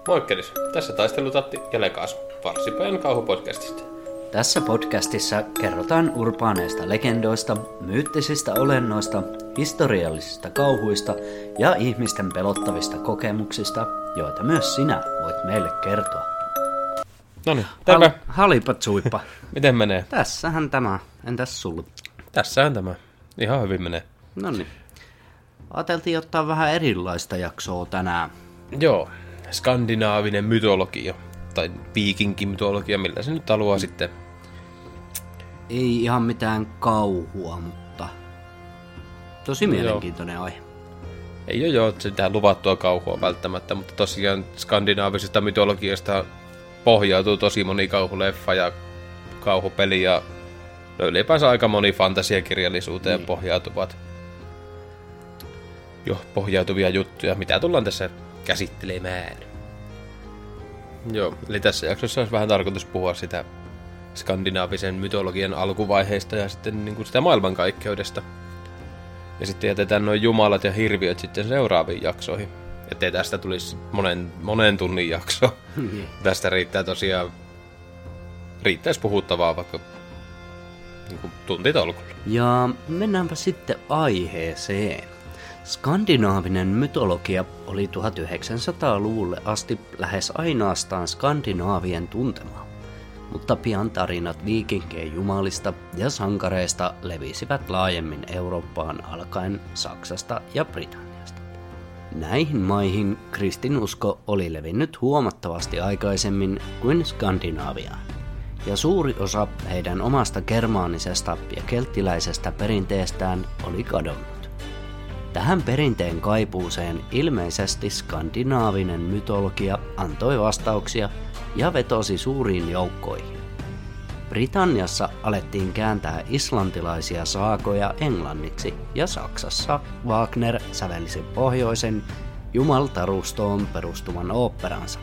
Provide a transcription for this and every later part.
Moikkelis, tässä Taistelutatti ja Lekaasu, Varsipäin kauhupodcastista. Tässä podcastissa kerrotaan urbaaneista legendoista, myyttisistä olennoista, historiallisista kauhuista ja ihmisten pelottavista kokemuksista, joita myös sinä voit meille kertoa. Noniin, terve. Halipat suippa. Miten menee? Tässähän tämä. Entäs sulla? Tässähän tämä. Ihan hyvin menee. Noniin. Ajateltiin ottaa vähän erilaista jaksoa tänään. Joo, skandinaavinen mytologia. Tai viikinkimytologia, millä se nyt haluaa sitten. Ei ihan mitään kauhua, mutta tosi mielenkiintoinen aihe. Ei ole sitä luvattua kauhua välttämättä, mutta tosiaan skandinaavisesta mytologiasta pohjautuu tosi moni kauhuleffa ja kauhupeli ja ylipäänsä aika moni fantasiakirjallisuuteen pohjautuvia juttuja, mitä tullaan tässä käsittelemään. Joo, eli tässä jaksossa olisi vähän tarkoitus puhua sitä skandinaavisen mytologian alkuvaiheista ja sitten niin kuin sitä maailmankaikkeudesta. Ja sitten jätetään nuo jumalat ja hirviöt sitten seuraaviin jaksoihin. Ettei tästä tulisi monen tunnin jakso. Tästä riittää tosiaan, riittäisi puhuttavaa vaikka niin kuin tuntitolkulla. Ja mennäänpä sitten aiheeseen. Skandinaavinen mytologia oli 1900-luvulle asti lähes ainoastaan skandinaavien tuntemaa, mutta pian tarinat viikinkien jumalista ja sankareista levisivät laajemmin Eurooppaan alkaen Saksasta ja Britanniasta. Näihin maihin kristinusko oli levinnyt huomattavasti aikaisemmin kuin Skandinaaviaan, ja suuri osa heidän omasta germaanisesta ja kelttiläisestä perinteestään oli kadonnut. Tähän perinteen kaipuuseen ilmeisesti skandinaavinen mytologia antoi vastauksia ja vetosi suuriin joukkoihin. Britanniassa alettiin kääntää islantilaisia saagoja englanniksi ja Saksassa Wagner sävelsi pohjoisen jumaltarustoon perustuvan oopperansa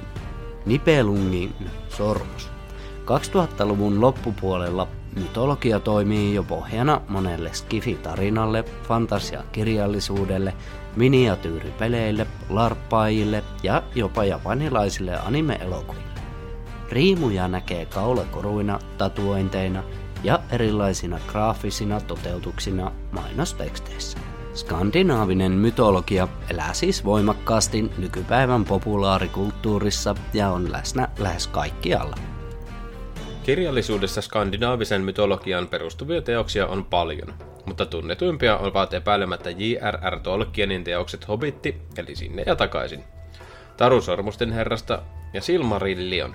Nibelungin sormus. 2000-luvun loppupuolella mytologia toimii jo pohjana monelle skifi-tarinalle, fantasiakirjallisuudelle, miniatyyripeleille, larppaajille ja jopa japanilaisille anime-elokuville. Riimuja näkee kaulakoruina, tatuointeina ja erilaisina graafisina toteutuksina mainosteksteissä. Skandinaavinen mytologia elää siis voimakkaasti nykypäivän populaarikulttuurissa ja on läsnä lähes kaikkialla. Kirjallisuudessa skandinaavisen mytologiaan perustuvia teoksia on paljon, mutta tunnetuimpia ovat epäilemättä J.R.R. Tolkienin teokset Hobbitti, eli Sinne ja takaisin, Taru Sormusten herrasta ja Silmarillion.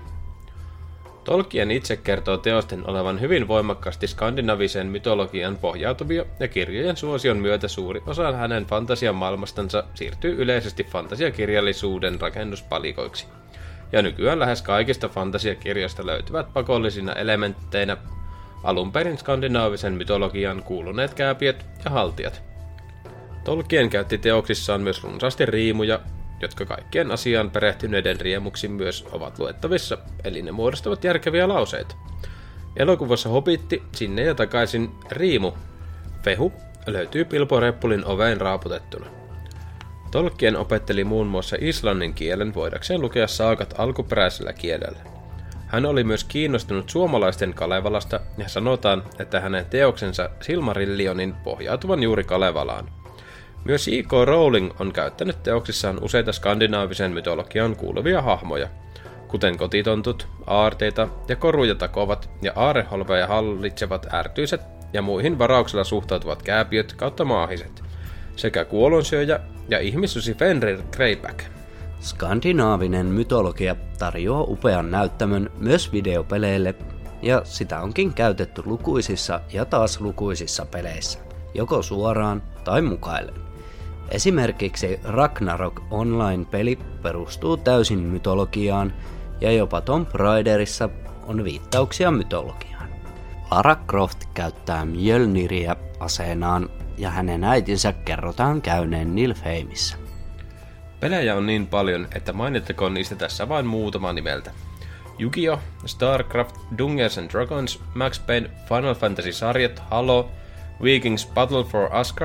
Tolkien itse kertoo teosten olevan hyvin voimakkaasti skandinaavisen mytologian pohjautuvia, ja kirjojen suosion myötä suuri osa hänen fantasian maailmastansa siirtyy yleisesti fantasiakirjallisuuden rakennuspalikoiksi. Ja nykyään lähes kaikista fantasiakirjoista löytyvät pakollisina elementteinä alun perin skandinaavisen mytologiaan kuuluneet kääpiöt ja haltijat. Tolkien käytti teoksissaan myös runsaasti riimuja, jotka kaikkien asiaan perehtyneiden riemuksi myös ovat luettavissa, eli ne muodostavat järkeviä lauseita. Elokuvassa Hobbitti, Sinne ja takaisin riimu, Fehu, löytyy Bilbo Reppulin oveen raaputettuna. Tolkien opetteli muun muassa islannin kielen voidakseen lukea saagat alkuperäisellä kielellä. Hän oli myös kiinnostunut suomalaisten Kalevalasta ja sanotaan, että hänen teoksensa Silmarillionin pohjautuvan juuri Kalevalaan. Myös J.K. Rowling on käyttänyt teoksissaan useita skandinaavisen mytologiaan kuuluvia hahmoja, kuten kotitontut, aarteita ja koruja takovat ja aareholveja hallitsevat ärtyiset ja muihin varauksella suhtautuvat kääpiöt kautta maahiset, sekä kuolonsyöjä ja ihmissusi Fenrir Greyback. Skandinaavinen mytologia tarjoaa upean näyttämön myös videopeleille, ja sitä onkin käytetty lukuisissa ja taas lukuisissa peleissä, joko suoraan tai mukaillen. Esimerkiksi Ragnarok Online-peli perustuu täysin mytologiaan, ja jopa Tomb Raiderissa on viittauksia mytologiaan. Lara Croft käyttää Mjölniriä aseenaan, ja hänen äitinsä kerrotaan käyneen Nilfheimissä. Pelejä on niin paljon, että mainittakoon niistä tässä vain muutama nimeltä. Yu-Gi-Oh!, StarCraft, Dungeons & Dragons, Max Payne, Final Fantasy-sarjat, Halo, Vikings Battle for Asgard,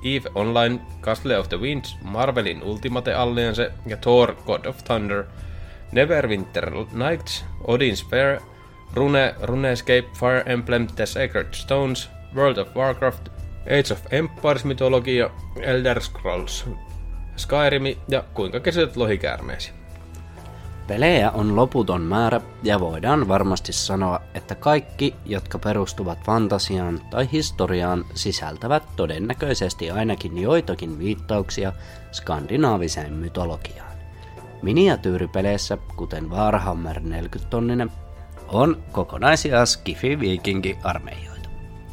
EVE Online, Castle of the Winds, Marvelin Ultimate Alliance ja Thor God of Thunder, Neverwinter Nights, Odin's Sphere, RuneScape, Fire Emblem, The Sacred Stones, World of Warcraft, Age of Empires mytologia, Elder Scrolls, Skyrim ja kuinka kesytät lohikäärmeesi. Pelejä on loputon määrä ja voidaan varmasti sanoa, että kaikki, jotka perustuvat fantasiaan tai historiaan, sisältävät todennäköisesti ainakin joitakin viittauksia skandinaaviseen mytologiaan. Miniatyyripeleissä, kuten Warhammer 40-tonninen, on kokonaisia skifi-viikinki-armeijoita.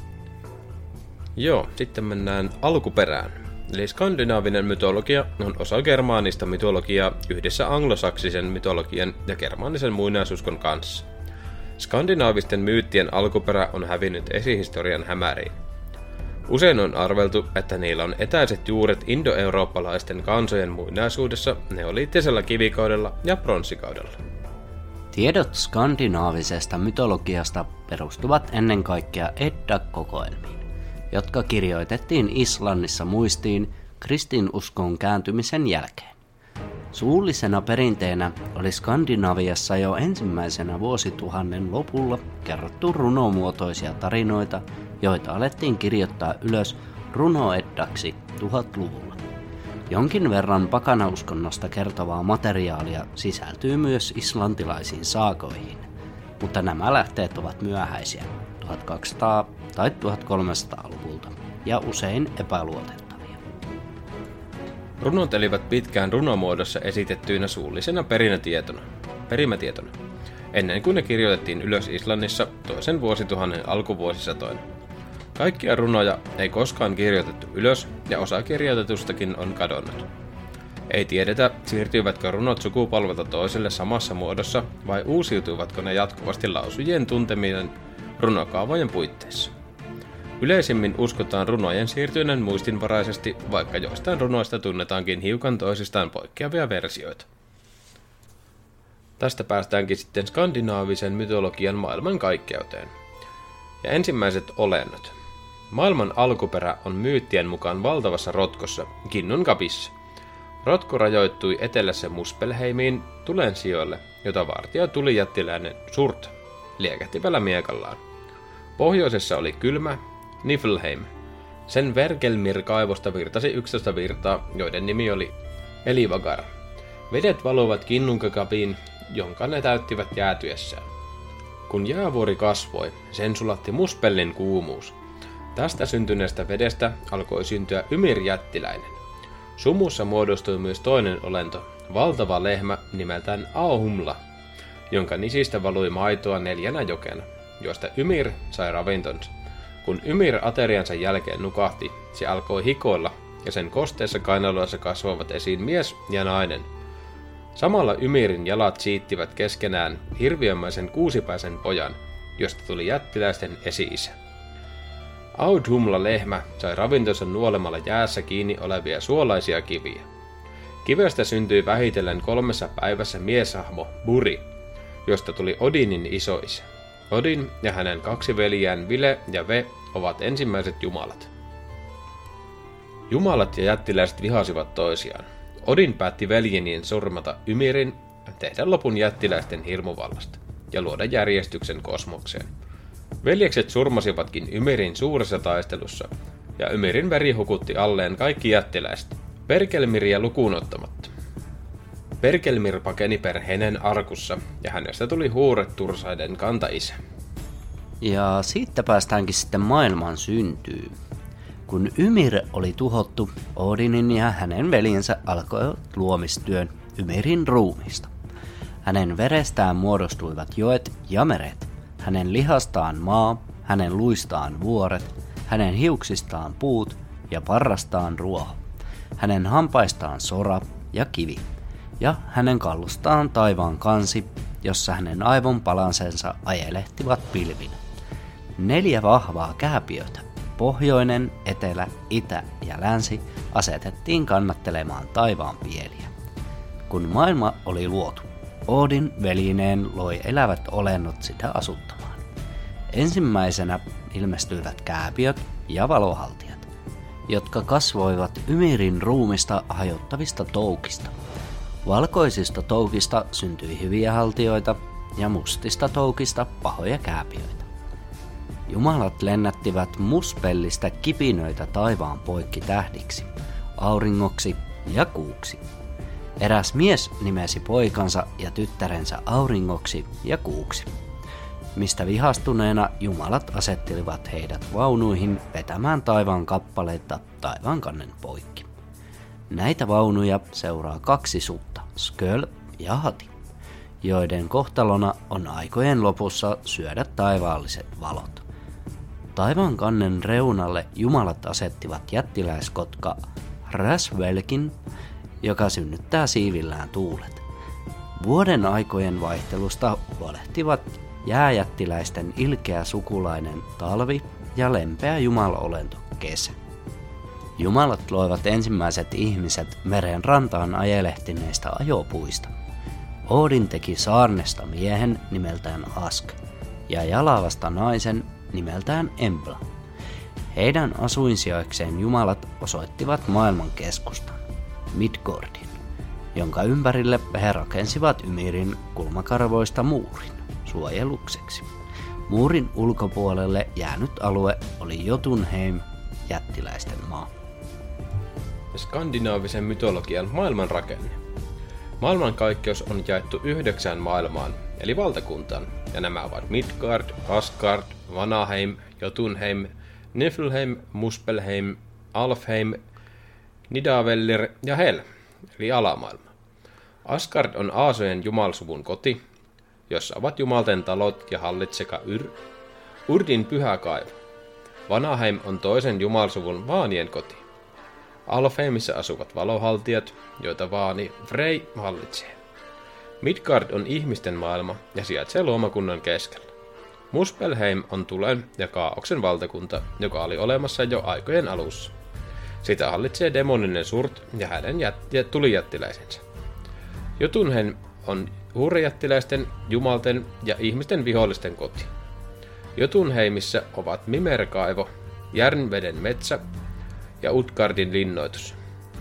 Joo, sitten mennään alkuperään. Eli skandinaavinen mytologia on osa germaanista mytologiaa yhdessä anglosaksisen mytologian ja germaanisen muinaisuuskon kanssa. Skandinaavisten myyttien alkuperä on hävinnyt esihistorian hämäriin. Usein on arveltu, että niillä on etäiset juuret indoeurooppalaisten kansojen muinaisuudessa, neoliittisella kivikaudella ja pronssikaudella. Tiedot skandinaavisesta mytologiasta perustuvat ennen kaikkea Edda-kokoelmiin, jotka kirjoitettiin Islannissa muistiin kristinuskon kääntymisen jälkeen. Suullisena perinteenä oli Skandinaviassa jo ensimmäisenä vuosituhannen lopulla kerrottu runomuotoisia tarinoita, joita alettiin kirjoittaa ylös runoeddaksi 1000-luvulla. Jonkin verran pakanauskonnosta kertovaa materiaalia sisältyy myös islantilaisiin saakoihin, mutta nämä lähteet ovat myöhäisiä 1200- tai 1300-luvulta ja usein epäluotettavia. Runot elivät pitkään runomuodossa esitettyinä suullisena perimätietona, ennen kuin ne kirjoitettiin ylös Islannissa toisen vuosituhannen alkuvuosisatoina. Kaikkia runoja ei koskaan kirjoitettu ylös ja osa kirjoitetustakin on kadonnut. Ei tiedetä, siirtyivätkö runot sukupolvelta toiselle samassa muodossa vai uusiutuivatko ne jatkuvasti lausujien tuntemien runokaavojen puitteissa. Yleisimmin uskotaan runojen siirtyneen muistinvaraisesti, vaikka joistain runoista tunnetaankin hiukan toisistaan poikkeavia versioita. Tästä päästäänkin sitten skandinaavisen mytologian maailmankaikkeuteen. Ja ensimmäiset olennot. Maailman alkuperä on myyttien mukaan valtavassa rotkossa, Kinnunkapissa. Rotko rajoittui etelässä Muspelheimiin, tulen sijoille, jota vartija tulijättiläinen Surt liekähtivällä miekallaan. Pohjoisessa oli kylmä Niflheim. Sen Vergelmir-kaivosta virtasi 11 virtaa, joiden nimi oli Elivagar. Vedet valuivat Kinnunkakapiin, jonka ne täyttivät jäätyessään. Kun jäävuori kasvoi, sen sulatti Muspellin kuumuus. Tästä syntyneestä vedestä alkoi syntyä Ymir-jättiläinen. Sumussa muodostui myös toinen olento, valtava lehmä nimeltään Auhumla, jonka nisistä valui maitoa 4 jokena, joista Ymir sai ravintonsa. Kun Ymir ateriansa jälkeen nukahti, se alkoi hikoilla ja sen kosteessa kainaloissa kasvoivat esiin mies ja nainen. Samalla Ymirin jalat siittivät keskenään hirviömäisen 6-päisen pojan, josta tuli jättiläisten esi-isä. Audhumla-lehmä sai ravintonsa nuolemalla jäässä kiinni olevia suolaisia kiviä. Kivestä syntyi vähitellen 3 päivässä mieshahmo Buri, josta tuli Odinin isoisä. Odin ja hänen 2 veljään Vile ja Ve ovat ensimmäiset jumalat. Jumalat ja jättiläiset vihasivat toisiaan. Odin päätti veljenien surmata Ymirin, tehdä lopun jättiläisten hirmuvallasta ja luoda järjestyksen kosmokseen. Veljekset surmasivatkin Ymirin suuressa taistelussa, ja Ymirin veri hukutti alleen kaikki jättiläiset, Bergelmiriä lukuun ottamatta. Bergelmir pakeni perheineen arkussa, ja hänestä tuli Huuret-tursaiden kantaisä. Ja siitä päästäänkin sitten maailman syntyyn. Kun Ymir oli tuhottu, Odinin ja hänen veljensä alkoivat luomistyön Ymirin ruumiista. Hänen verestään muodostuivat joet ja meret, hänen lihastaan maa, hänen luistaan vuoret, hänen hiuksistaan puut ja parrastaan ruoho, hänen hampaistaan sora ja kivi, ja hänen kallustaan taivaan kansi, jossa hänen aivonpalansensa ajelehtivat pilvinä. 4 vahvaa kääpiötä, pohjoinen, etelä, itä ja länsi, asetettiin kannattelemaan taivaan pieliä. Kun maailma oli luotu, Odin veljineen loi elävät olennot sitä asuttamaan. Ensimmäisenä ilmestyivät kääpiöt ja valohaltijat. jotka kasvoivat Ymirin ruumista hajottavista toukista. Valkoisista toukista syntyi hyviä haltioita ja mustista toukista pahoja kääpiöitä. Jumalat lennättivät Muspellistä kipinöitä taivaan poikki tähdiksi, auringoksi ja kuuksi. Eräs mies nimesi poikansa ja tyttärensä auringoksi ja kuuksi, mistä vihastuneena jumalat asettelivat heidät vaunuihin vetämään taivaan kappaleita taivaankannen poikki. Näitä vaunuja seuraa 2 sutta, Sköl ja Hati, joiden kohtalona on aikojen lopussa syödä taivaalliset valot. Taivaankannen reunalle jumalat asettivat jättiläiskotka Räsvelkin, joka synnyttää siivillään tuulet. Vuoden aikojen vaihtelusta huolehtivat jääjättiläisten ilkeä sukulainen talvi ja lempeä jumalaolento kesä. Jumalat loivat ensimmäiset ihmiset meren rantaan ajelehtineistä ajopuista. Odin teki saarnesta miehen nimeltään Ask ja jalavasta naisen nimeltään Embla. Heidän asuinsijoikseen jumalat osoittivat maailman keskustan, Midgordin, jonka ympärille he rakensivat Ymirin kulmakarvoista muurin suojelukseksi. Muurin ulkopuolelle jäänyt alue oli Jotunheim, jättiläisten maa. Skandinaavisen mytologian maailmanrakenne. Maailmankaikkeus on jaettu 9 maailmaan, eli valtakuntaan, ja nämä ovat Midgard, Asgard, Vanaheim, Jotunheim, Niflheim, Muspelheim, Alfheim, Nidavellir ja Hel, eli alamaailma. Asgard on aasojen jumalsuvun koti, jossa ovat jumalten talot ja hallit sekä Urdin pyhä kaivo. Vanaheim on toisen jumalsuvun vaanien koti. Alfheimissa asuvat valohaltijat, joita vaani Frey hallitsee. Midgard on ihmisten maailma ja sijaitsee luomakunnan keskellä. Muspelheim on tulen ja kaaoksen valtakunta, joka oli olemassa jo aikojen alussa. Sitä hallitsee demoninen Surt ja hänen tulijättiläisensä. Jotunheim on huurejättiläisten, jumalten ja ihmisten vihollisten koti. Jotunheimissä ovat Mimerkaivo, Järnveden metsä ja Utgardin linnoitus.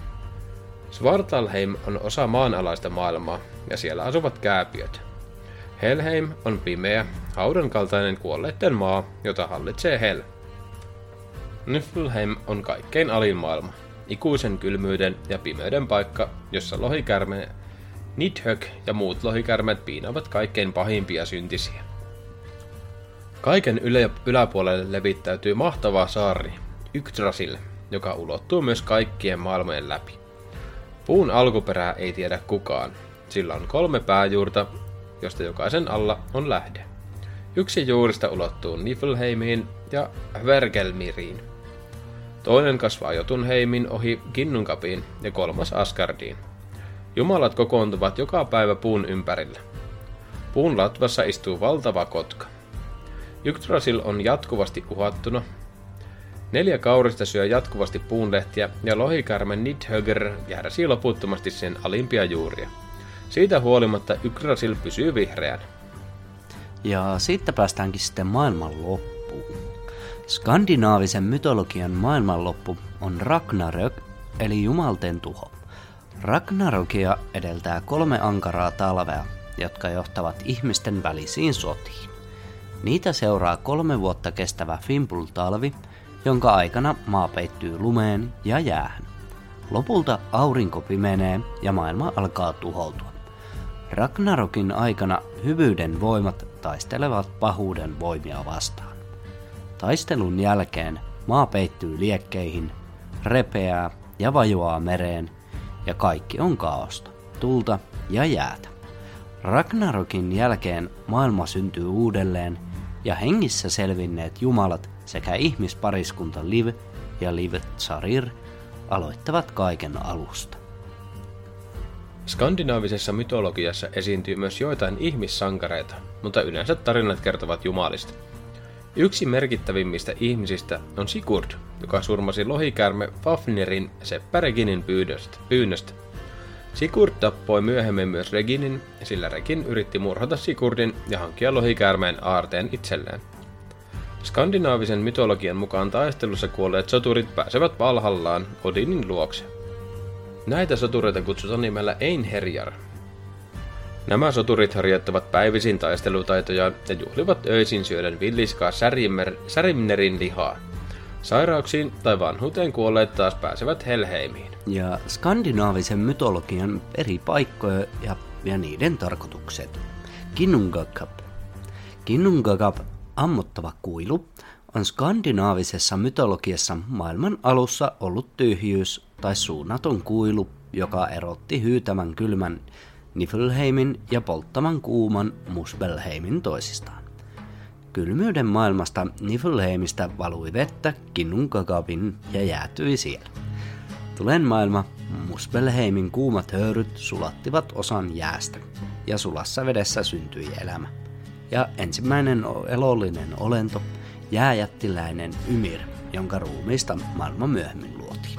Svartalheim on osa maanalaista maailmaa ja siellä asuvat kääpiöt. Helheim on pimeä, haudan kaltainen kuolleiden maa, jota hallitsee Hel. Niflheim on kaikkein alin maailma, ikuisen kylmyyden ja pimeyden paikka, jossa lohikärme Nidhögg ja muut lohikärmet piinaavat kaikkein pahimpia syntisiä. Kaiken yläpuolelle levittäytyy mahtava saari, Yggdrasil, joka ulottuu myös kaikkien maailmojen läpi. Puun alkuperää ei tiedä kukaan. Sillä on 3 pääjuurta, josta jokaisen alla on lähde. Yksi juurista ulottuu Niflheimiin ja Hvergelmiriin. Toinen kasvaa Jotunheimin ohi Ginnunkapiin ja 3. Asgardiin. Jumalat kokoontuvat joka päivä puun ympärillä. Puun latvassa istuu valtava kotka. Yggdrasil on jatkuvasti uhattuna. 4 kaurista syö jatkuvasti puunlehtiä ja lohikärme Nidhöggr järsii loputtomasti sen alimpia juuria. Siitä huolimatta Yggdrasil pysyy vihreänä. Ja siitä päästäänkin sitten maailmanloppuun. Skandinaavisen mytologian maailmanloppu on Ragnarök, eli jumalten tuho. Ragnarokia edeltää 3 ankaraa talvea, jotka johtavat ihmisten välisiin sotiin. Niitä seuraa 3 vuotta kestävä Fimbul-talvi, jonka aikana maa peittyy lumeen ja jäähän. Lopulta aurinko pimenee ja maailma alkaa tuhoutua. Ragnarokin aikana hyvyyden voimat taistelevat pahuuden voimia vastaan. Taistelun jälkeen maa peittyy liekkeihin, repeää ja vajoaa mereen, ja kaikki on kaaosta, tulta ja jäätä. Ragnarokin jälkeen maailma syntyy uudelleen, ja hengissä selvinneet jumalat sekä ihmispariskunta Liv ja Liv-Tsarir aloittavat kaiken alusta. Skandinaavisessa mytologiassa esiintyy myös joitain ihmissankareita, mutta yleensä tarinat kertovat jumalista. Yksi merkittävimmistä ihmisistä on Sigurd, joka surmasi lohikäärme Fafnirin seppä Reginin pyynnöstä. Sigurd tappoi myöhemmin myös Reginin, sillä Regin yritti murhata Sigurdin ja hankkia lohikäärmeen aarteen itselleen. Skandinaavisen mytologian mukaan taistelussa kuolleet soturit pääsevät Valhallaan Odinin luokse. Näitä sotureita kutsutaan nimellä Einherjar. Nämä soturit harjoittavat päivisin taistelutaitojaan ja juhlivat öisin syöden villiskaa Särimnerin lihaa. Sairauksiin tai vanhuuteen kuolleet taas pääsevät Helheimiin. Ja skandinaavisen mytologian eri paikkoja ja niiden tarkoitukset. Ginnungagap. Ginnungagap, ammottava kuilu, on skandinaavisessa mytologiassa maailman alussa ollut tyhjyys tai suunnaton kuilu, joka erotti hyytävän kylmän Niflheimin ja polttavan kuuman Muspelheimin toisistaan. Kylmyyden maailmasta Niflheimistä valui vettä Ginnungagapin ja jäätyi siellä. Tulen maailma Muspelheimin kuumat höyryt sulattivat osan jäästä, ja sulassa vedessä syntyi elämä. Ja ensimmäinen elollinen olento, jääjättiläinen Ymir, jonka ruumiista maailma myöhemmin luotiin.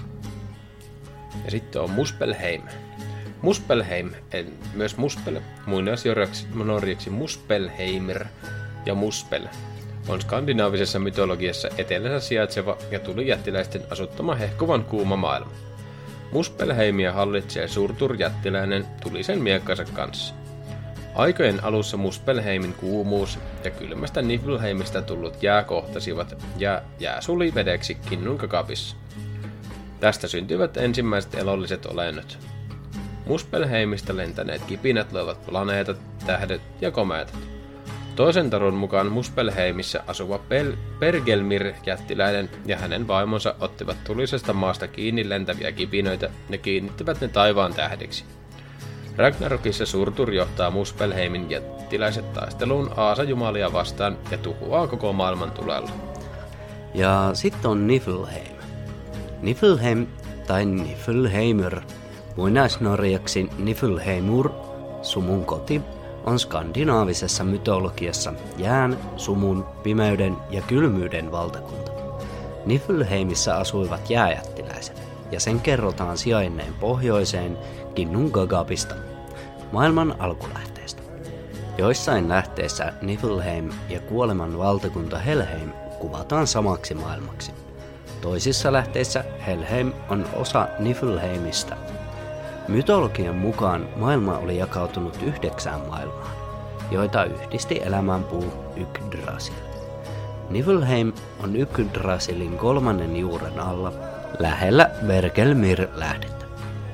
Ja sitten on Muspelheim. Muspelheim, myös Muspel, muinaisnorjaksi Muspelheimir ja Muspel, on skandinaavisessa mytologiassa etelässä sijaitseva ja tulijättiläisten asuttama hehkuvan kuuma maailma. Muspelheimiä hallitsee Surtur-jättiläinen tulisen miekkansa kanssa. Aikojen alussa Muspelheimin kuumuus ja kylmästä Niflheimistä tullut jää kohtasivat ja jää suli vedeksi Ginnungagapissa. Tästä syntyivät ensimmäiset elolliset olennot. Muspelheimistä lentäneet kipinät loivat planeetat, tähdet ja komeetat. Toisen tarun mukaan Muspelheimissä asuva Bergelmir-jättiläinen ja hänen vaimonsa ottivat tulisesta maasta kiinni lentäviä kipinöitä ja kiinnittivät ne taivaan tähdiksi. Ragnarokissa Surtur johtaa Muspelheimin jättiläiset taisteluun aasajumalia vastaan ja tuhoaa koko maailman tulella. Ja sitten on Niflheim. Niflheim tai Niflheimur, muinaisnorjaksi Niflheimur, sumun koti, on skandinaavisessa mytologiassa jään, sumun, pimeyden ja kylmyyden valtakunta. Niflheimissä asuivat jääjättiläiset, ja sen kerrotaan sijainneen pohjoiseen Ginnungagapista, maailman alkulähteestä. Joissain lähteissä Niflheim ja kuoleman valtakunta Helheim kuvataan samaksi maailmaksi. Toisissa lähteissä Helheim on osa Niflheimistä. Mytologian mukaan maailma oli jakautunut 9 maailmaan, joita yhdisti elämänpuu Yggdrasil. Niflheim on Yggdrasilin 3. juuren alla, lähellä Bergelmir-lähdettä.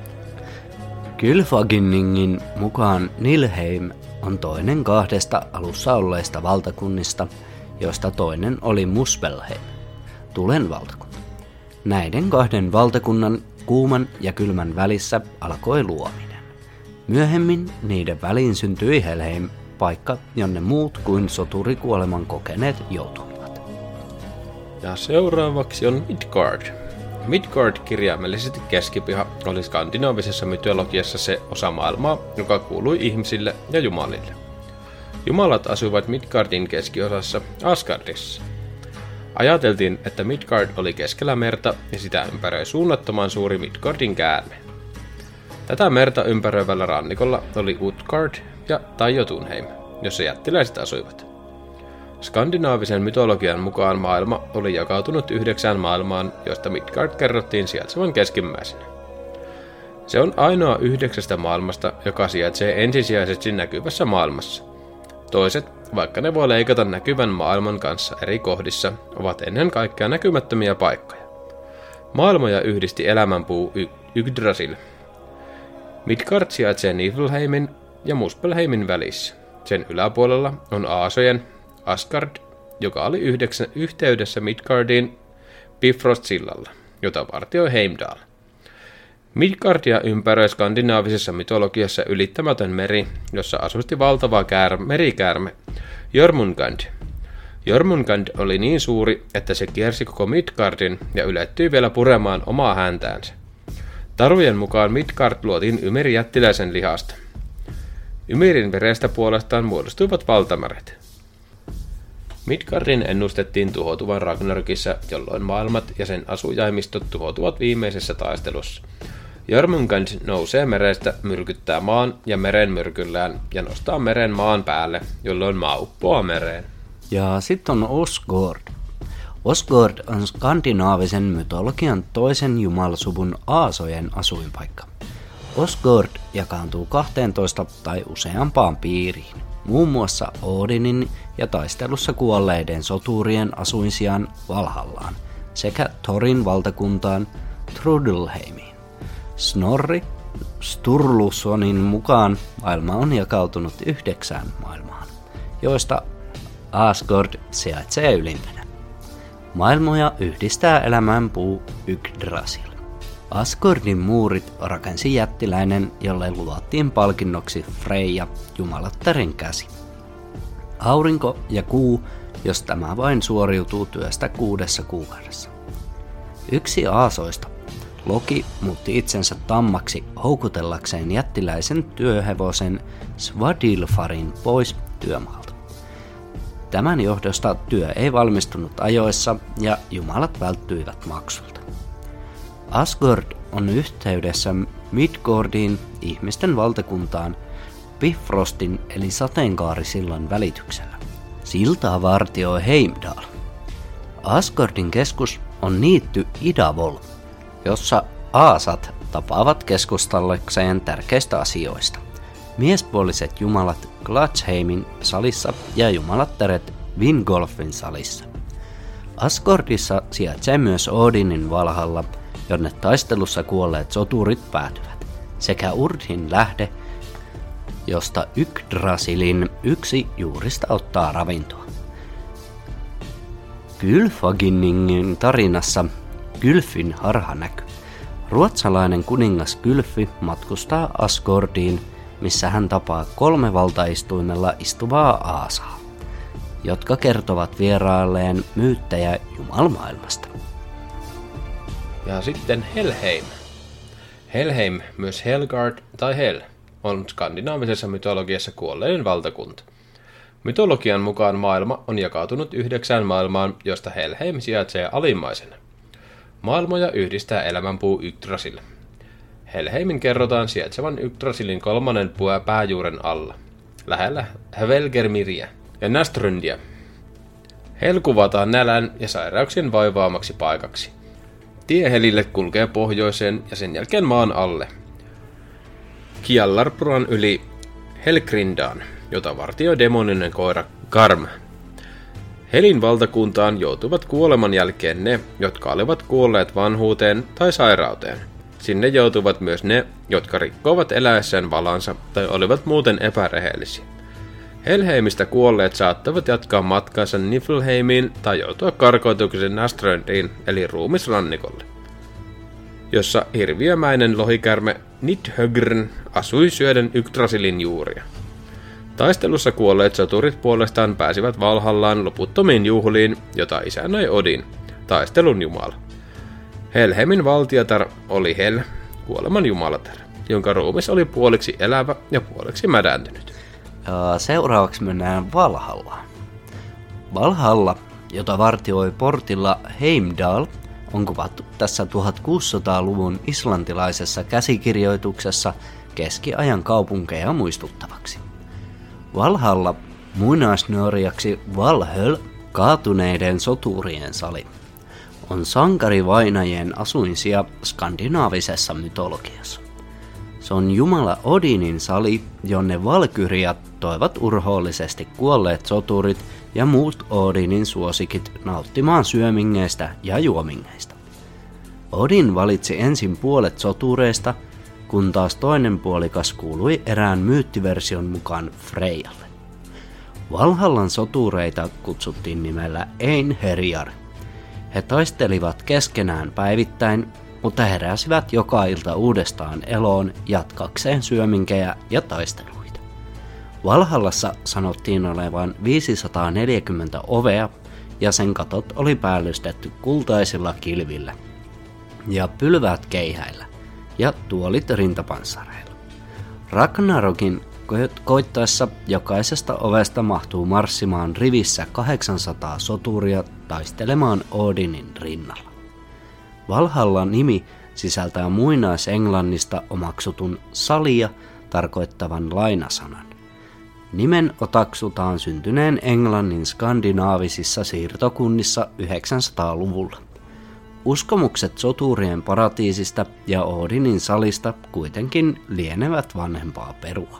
Gylfaginningin mukaan Nilheim on toinen 2 alussa olleista valtakunnista, joista toinen oli Muspelheim, tulen valtakunta. Näiden 2 valtakunnan kuuman ja kylmän välissä alkoi luominen. Myöhemmin niiden väliin syntyi Helheim, paikka, jonne muut kuin soturikuoleman kokeneet joutuivat. Ja seuraavaksi on Midgard. Midgard, kirjaimellisesti keskipiha, oli skandinaavisessa mytologiassa se osa maailmaa, joka kuului ihmisille ja jumalille. Jumalat asuivat Midgardin keskiosassa Asgardissa. Ajateltiin, että Midgard oli keskellä merta ja sitä ympäröi suunnattoman suuri Midgardin käärme. Tätä merta ympäröivällä rannikolla oli Utgard tai Jotunheim, jossa jättiläiset asuivat. Skandinaavisen mytologian mukaan maailma oli jakautunut 9 maailmaan, josta Midgard kerrottiin sijaitsevan keskimmäisenä. Se on ainoa 9 maailmasta, joka sijaitsee ensisijaisesti näkyvässä maailmassa. Toiset, vaikka ne voi leikata näkyvän maailman kanssa eri kohdissa, ovat ennen kaikkea näkymättömiä paikkoja. Maailmoja yhdisti elämänpuu Yggdrasil. Midgard sijaitsee Niflheimin ja Muspelheimin välissä. Sen yläpuolella on Aasojen Asgard, joka oli yhteydessä Midgardiin Bifrost-sillalla, jota vartioi Heimdall. Midgardia ympäröi skandinaavisessa mytologiassa ylittämätön meri, jossa asusti valtava merikäärme Jormungand. Jormungand oli niin suuri, että se kiersi koko Midgardin ja ylettyi vielä puremaan omaa häntäänsä. Tarujen mukaan Midgard luotiin Ymirin jättiläisen lihasta. Ymirin verestä puolestaan muodostuivat valtameret. Midgardin ennustettiin tuhoutuvan Ragnarokissa, jolloin maailmat ja sen asujaimistot tuhoutuvat viimeisessä taistelussa. Jormungand nousee merestä, myrkyttää maan ja meren myrkyllään ja nostaa meren maan päälle, jolloin maa uppoaa mereen. Ja sitten on Osgård. Osgård on skandinaavisen mytologian toisen jumalasuvun aasojen asuinpaikka. Osgård jakaantuu 12 tai useampaan piiriin, muun muassa Odinin ja taistelussa kuolleiden soturien asuinsijaan Valhallaan sekä Thorin valtakuntaan Trudelheimiin. Snorri Sturlusonin mukaan maailma on jakautunut 9 maailmaan, joista Asgård sijaitsee ylimpänä. Maailmoja yhdistää elämänpuu Yggdrasil. Asgårdin muurit rakensi jättiläinen, jolle luvattiin palkinnoksi Freyja, jumalattaren käsi. Aurinko ja kuu, jos tämä vain suoriutuu työstä 6 kuukaudessa. Yksi aasoista, Loki, muutti itsensä tammaksi houkutellakseen jättiläisen työhevosen Svadilfarin pois työmaalta. Tämän johdosta työ ei valmistunut ajoissa ja jumalat välttyivät maksulta. Asgård on yhteydessä Midgårdiin, ihmisten valtakuntaan, Bifrostin eli sateenkaarisillan välityksellä. Siltaa vartioi Heimdall. Asgårdin keskus on niitty Idavol, jossa aasat tapaavat keskustellakseen tärkeistä asioista. Miespuoliset jumalat Gladheimin salissa ja jumalattaret Vingolfin salissa. Asgårdissa sijaitsee myös Odinin Valhalla, jonne taistelussa kuolleet soturit päätyvät, sekä Urdhin lähde, josta Yggdrasilin yksi juurista ottaa ravintoa. Gylfaginningin tarinassa Gylfin harhanäky. Ruotsalainen kuningas Gylfi matkustaa Asgårdiin, missä hän tapaa 3 valtaistuimella istuvaa aasaa, jotka kertovat vierailleen myyttejä jumalmaailmasta. Ja sitten Helheim. Helheim, myös Helgard tai Hel, on skandinaavisessa mytologiassa kuolleiden valtakunta. Mytologian mukaan maailma on jakautunut 9 maailmaan, josta Helheim sijaitsee alimmaisena. Maailmoja yhdistää elämänpuu Yggdrasil. Helheimin kerrotaan sijaitsevan Yggdrasilin 3. pääjuuren alla, lähellä Helgermiriä ja Nastrundia. Hel kuvataan nälän ja sairauksien vaivaamaksi paikaksi. Tie Helille kulkee pohjoiseen ja sen jälkeen maan alle. Kjallarpuran yli Helgrindaan, jota vartioi demoninen koira Garm. Helin valtakuntaan joutuvat kuoleman jälkeen ne, jotka olivat kuolleet vanhuuteen tai sairauteen. Sinne joutuvat myös ne, jotka rikkoivat eläessään valansa tai olivat muuten epärehellisiä. Helheimistä kuolleet saattavat jatkaa matkaansa Niflheimiin tai joutua karkoituksen Naströndiin eli ruumisrannikolle, jossa hirviömäinen lohikärme Nidhögrn asui syöden Yggdrasilin juuria. Taistelussa kuolleet soturit puolestaan pääsivät Valhallaan loputtomiin juhliin, jota isännöi Odin, taistelun jumala. Helheimin valtiotar oli Hel, kuoleman jumalatar, jonka ruumis oli puoliksi elävä ja puoliksi mädäntynyt. Ja seuraavaksi mennään Valhallaan. Valhalla, jota vartioi portilla Heimdall, on kuvattu tässä 1600-luvun islantilaisessa käsikirjoituksessa keskiajan kaupunkeja muistuttavaksi. Valhalla, muinaisnorjaksi Valhöll, kaatuneiden soturien sali, on sankarivainajien asuinsija skandinaavisessa mytologiassa. Se on jumala Odinin sali, jonne valkyriat toivat urhoollisesti kuolleet soturit ja muut Odinin suosikit nauttimaan syömingeistä ja juomingeista. Odin valitsi ensin puolet sotureista, kun taas toinen puolikas kuului erään myyttiversion mukaan Freyjalle. Valhallan sotureita kutsuttiin nimellä Einherjar. He taistelivat keskenään päivittäin, mutta heräsivät joka ilta uudestaan eloon jatkakseen syöminkejä ja taisteluita. Valhallassa sanottiin olevan 540 ovea ja sen katot oli päällystetty kultaisilla kilvillä ja pylväät keihäillä ja tuolit rintapanssareilla. Ragnarokin koittaessa jokaisesta ovesta mahtuu marssimaan rivissä 800 soturia taistelemaan Odinin rinnalla. Valhallan nimi sisältää muinaisenglannista omaksutun salia tarkoittavan lainasanan. Nimen otaksutaan syntyneen Englannin skandinaavisissa siirtokunnissa 900-luvulla. Uskomukset soturien paratiisista ja Odinin salista kuitenkin lienevät vanhempaa perua.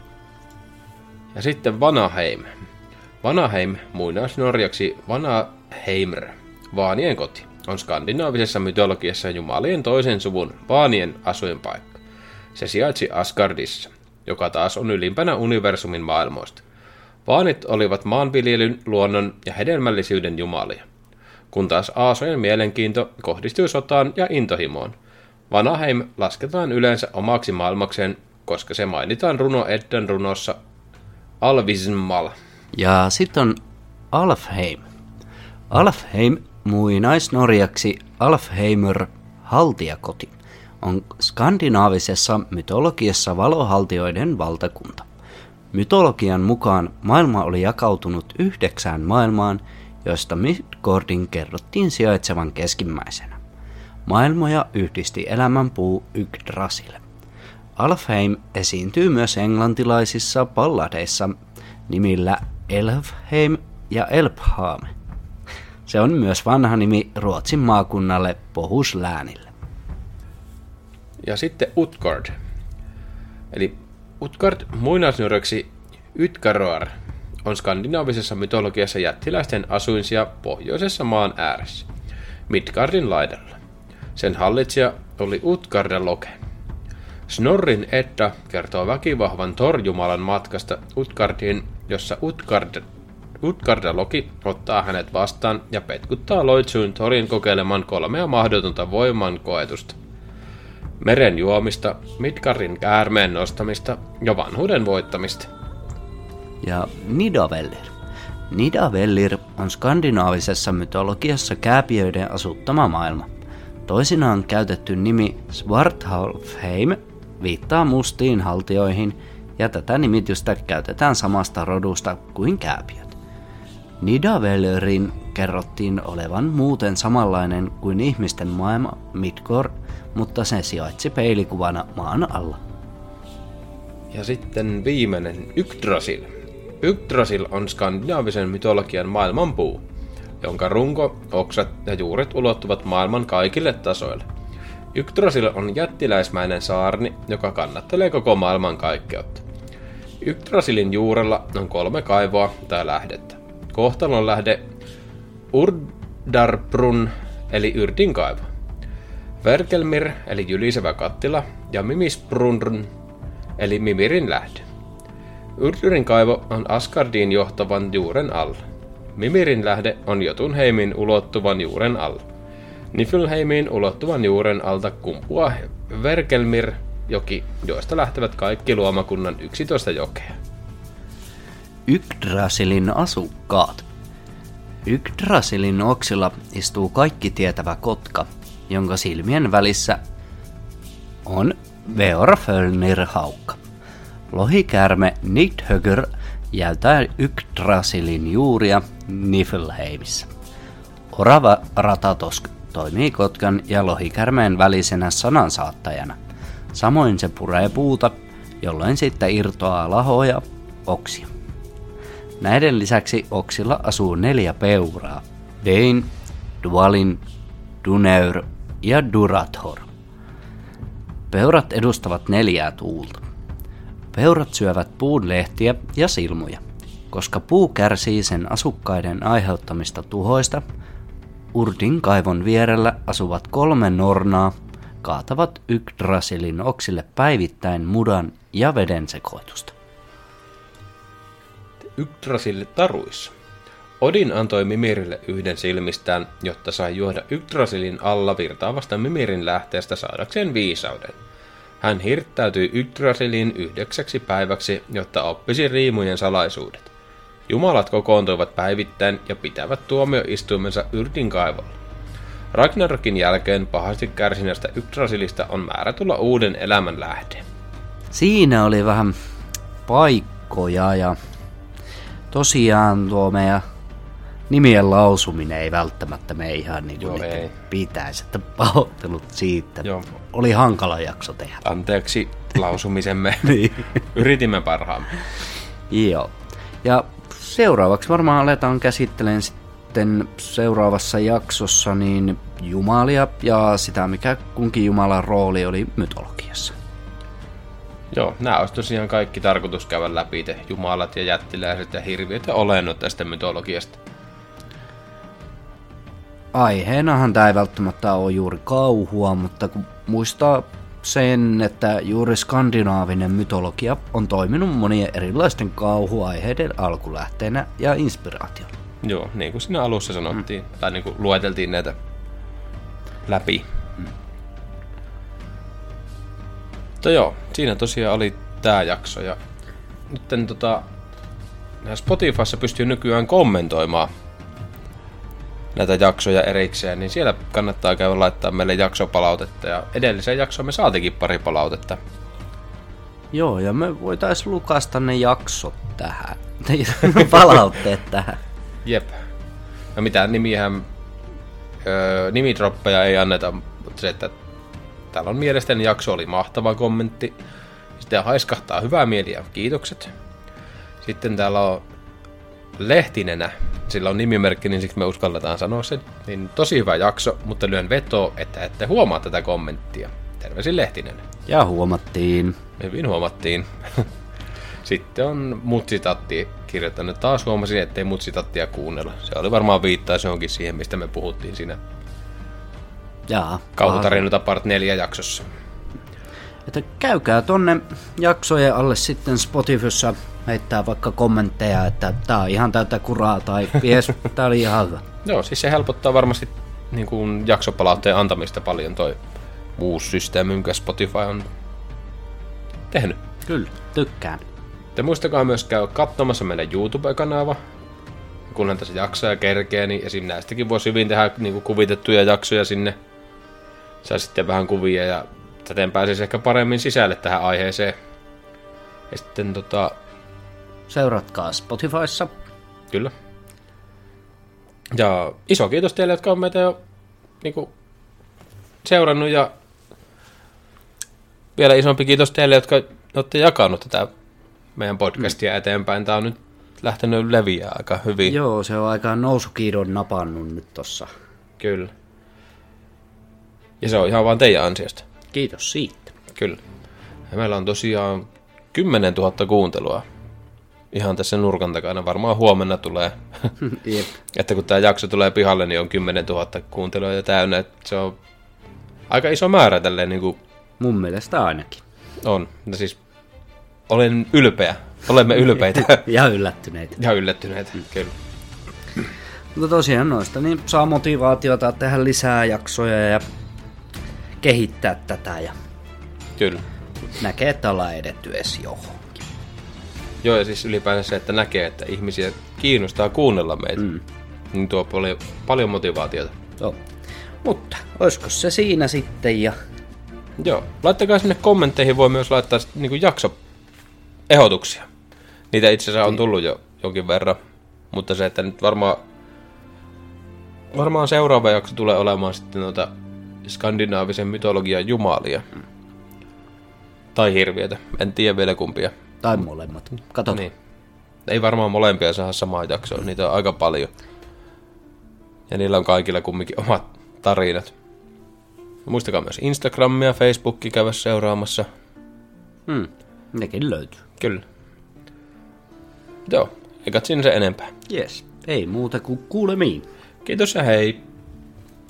Ja sitten Vanaheim. Vanaheim, muinaisnorjaksi Vanaheimr, vaanien koti, on skandinaavisessa mytologiassa jumalien toisen suvun vaanien asuinpaikka. Se sijaitsi Asgardissa, joka taas on ylimpänä universumin maailmoista. Vaanit olivat maanviljelyn, luonnon ja hedelmällisyyden jumalia, kun taas aasojen mielenkiinto kohdistui sotaan ja intohimoon. Vanaheim lasketaan yleensä omaksi maailmakseen, koska se mainitaan runo Eddan runossa Alvismal. Ja sitten on Alfheim. Alfheim, muinaisnorjaksi Alfheimr, haltijakoti, on skandinaavisessa mytologiassa valohaltijoiden valtakunta. Mytologian mukaan maailma oli jakautunut 9 maailmaan, joista Midgordin kerrottiin sijaitsevan keskimmäisenä. Maailmoja yhdisti elämänpuu Yggdrasil. Alfheim esiintyy myös englantilaisissa balladeissa nimillä Elfheim ja Elphame. Se on myös vanha nimi Ruotsin maakunnalle Pohusläänille. Ja sitten Utgard. Eli Utgard, muinaisnorjaksi Utgaroar, on skandinaavisessa mytologiassa jättiläisten asuinsia pohjoisessa maan ääressä, Midgardin laidalla. Sen hallitsija oli Utgarda-Loke. Snorrin Edda kertoo väkivahvan Thor-jumalan matkasta Utgardiin, jossa Utgarda-Loki ottaa hänet vastaan ja petkuttaa loitsuun Thorin kokeileman 3 mahdotonta voimankoetusta. Meren juomista, Midgardin käärmeen nostamista ja vanhuuden voittamista. Ja Nidavellir. Nidavellir on skandinaavisessa mytologiassa kääpiöiden asuttama maailma. Toisinaan käytetty nimi Svartalfheim viittaa mustiin haltioihin, ja tätä nimitystä käytetään samasta rodusta kuin kääpiöt. Nidavellirin kerrottiin olevan muuten samanlainen kuin ihmisten maailma Midgård, mutta se sijaitsi peilikuvana maan alla. Ja sitten viimeinen, Yggdrasil. Yggdrasil on skandinaavisen mytologian maailmanpuu, jonka runko, oksat ja juuret ulottuvat maailman kaikille tasoille. Yggdrasil on jättiläismäinen saarni, joka kannattelee koko maailman kaikkeutta. Yggdrasilin juurella on 3 kaivoa tai lähdettä. Kohtalon lähde Urdarbrunn eli Yrdin kaivo, Verkelmir eli jylisevä kattila ja Mimisbrunn eli Mimirin lähde. Yrdyrin kaivo on Asgardiin johtavan juuren alla. Mimirin lähde on Jotunheimin ulottuvan juuren alla. Niflheimiin ulottuvan juuren alta kumpuaa Verkelmir joki, joista lähtevät kaikki luomakunnan 11 jokea. Yggdrasilin asukkaat. Yggdrasilin oksilla istuu kaikki tietävä kotka, jonka silmien välissä on Veorfölnir-haukka. Lohikäärme Nidhögr jäytää Yggdrasilin juuria Niflheimissä. Orava Ratatosk toimii kotkan ja lohikäärmeen välisenä sanansaattajana. Samoin se puree puuta, jolloin sitten irtoaa lahoja oksia. Näiden lisäksi oksilla asuu 4 peuraa: Dein, Dvalin, Duneur ja Durathor. Peurat edustavat 4 tuulta. Peurat syövät puun lehtiä ja silmuja. Koska puu kärsii sen asukkaiden aiheuttamista tuhoista, Urdin kaivon vierellä asuvat 3 nornaa kaatavat Yggdrasilin oksille päivittäin mudan ja veden sekoitusta. Yggdrasil taruissa. Odin antoi Mimirille yhden silmistään, jotta sai juoda Yggdrasilin alla virtaavasta Mimirin lähteestä saadakseen viisauden. Hän hirttäytyi Yggdrasiliin 9 päiväksi, jotta oppisi riimujen salaisuudet. Jumalat kokoontuivat päivittäin ja pitävät tuomioistuimensa Yrdin kaivolla. Ragnarokin jälkeen pahasti kärsineestä Yggdrasilista on määrä tulla uuden elämän lähde. Siinä oli vähän paikkoja ja tosiaan tuo meidän nimien lausuminen ei välttämättä mene ihan niin kuin pitäisi, että pahoittelut siitä. Joo. Oli hankala jakso tehdä. Anteeksi lausumisemme. Niin. Yritimme parhaamme. Joo. Ja seuraavaksi varmaan aletaan käsittelemään sitten seuraavassa jaksossa niin jumalia ja sitä, mikä kunkin jumalan rooli oli mytologiassa. Joo, nämä olisi tosiaan kaikki tarkoitus käydä läpi, te jumalat ja jättiläiset ja hirviöt ja olennot tästä mytologiasta. Aiheenahan tämä ei välttämättä ole juuri kauhua, mutta kun muistaa sen, että juuri skandinaavinen mytologia on toiminut monien erilaisten kauhuaiheiden alkulähteenä ja inspiraationa. Joo, niin kuin siinä alussa sanottiin, tai niin kuin lueteltiin näitä läpi. Mutta joo, siinä tosiaan oli tää jakso, ja nyt Spotifyssa pystyy nykyään kommentoimaan näitä jaksoja erikseen, niin siellä kannattaa käydä laittaa meille jaksopalautetta, ja edelliseen jaksoon me saatikin pari palautetta. Joo, ja me voitaisiin lukasta ne jaksot tähän, palautteet tähän. Jep. No mitään nimidroppeja ei anneta, mutta se, että täällä on mielestäni jakso oli mahtava kommentti. Sitten haiskahtaa hyvää mieli ja kiitokset. Sitten täällä on Lehtinenä, sillä on nimimerkki, niin siksi me uskalletaan sanoa sen. Niin tosi hyvä jakso, mutta lyön vetoa, että ette huomaa tätä kommenttia. Terveisin Lehtinen. Ja huomattiin. Hyvin huomattiin. Sitten on Mutsitatti kirjoittanut. Taas huomasin, ettei Mutsitattia kuunnella. Se oli varmaan viittaus johonkin siihen, mistä me puhuttiin siinä Kauhutarinoita part 4 jaksossa. Että käykää tonne jaksojen alle sitten Spotifyssa heittää vaikka kommentteja, että tää on ihan täyttä kuraa tai jes, tää oli ihan hyvä. Joo, siis se helpottaa varmasti niin kuin jaksopalautteen antamista paljon toi uusi systeemi, minkä Spotify on tehnyt. Kyllä, tykkään. Te muistakaa myös käydä katsomassa meidän YouTube-kanava. Kunhan tässä jaksoja kerkee, niin esim. Näistäkin voisi hyvin tehdä niin kuin kuvitettuja jaksoja sinne. Saa sitten vähän kuvia ja täten pääsisi ehkä paremmin sisälle tähän aiheeseen. Ja sitten seuratkaa Spotifyssa. Kyllä. Ja iso kiitos teille, jotka on meitä jo niin kuin seurannut, ja vielä isompi kiitos teille, jotka olette jakanut tätä meidän podcastia eteenpäin. Tämä on nyt lähtenyt leviää aika hyvin. Joo, se on aika nousukiidon napannut nyt tossa. Kyllä. Ja se on ihan vaan teidän ansiosta. Kiitos siitä. Kyllä. Ja meillä on tosiaan 10 000 kuuntelua. Ihan tässä nurkan takana. Varmaan huomenna tulee. Jep. Että kun tämä jakso tulee pihalle, niin on 10 000 kuuntelua ja täynnä. Että se on aika iso määrä tälleen niin kuin mun mielestä ainakin. on. No siis olen ylpeä. Olemme ylpeitä. Ja yllättyneitä. Ja yllättyneitä, kyllä. Mutta tosiaan noista niin saa motivaatiota tehdä lisää jaksoja ja kehittää tätä ja Kyllä. näkee, että ollaan edetty edes johonkin. Joo, ja siis ylipäänsä se, että näkee, että ihmisiä kiinnostaa kuunnella meitä, niin tuo paljon motivaatiota. Joo. Mutta olisiko se siinä sitten ja... Joo, laittakaa sinne kommentteihin, voi myös laittaa niin kuin jaksoehdotuksia. Niitä itse asiassa on tullut jo jonkin verran, mutta se, että nyt varmaan seuraava jakso tulee olemaan sitten skandinaavisen mytologian jumalia. Tai hirviötä, en tiedä vielä kumpia. Tai molemmat, katsotaan. Niin. Ei varmaan molempia saada samaan jaksoon, niitä on aika paljon. Ja niillä on kaikilla kumminkin omat tarinat. Muistakaa myös Instagramia ja Facebookia käydä seuraamassa. Nekin löytyy. Kyllä. Joo, eikä siinä se enempää. Yes, ei muuta kuin kuulemiin. Kiitos ja hei!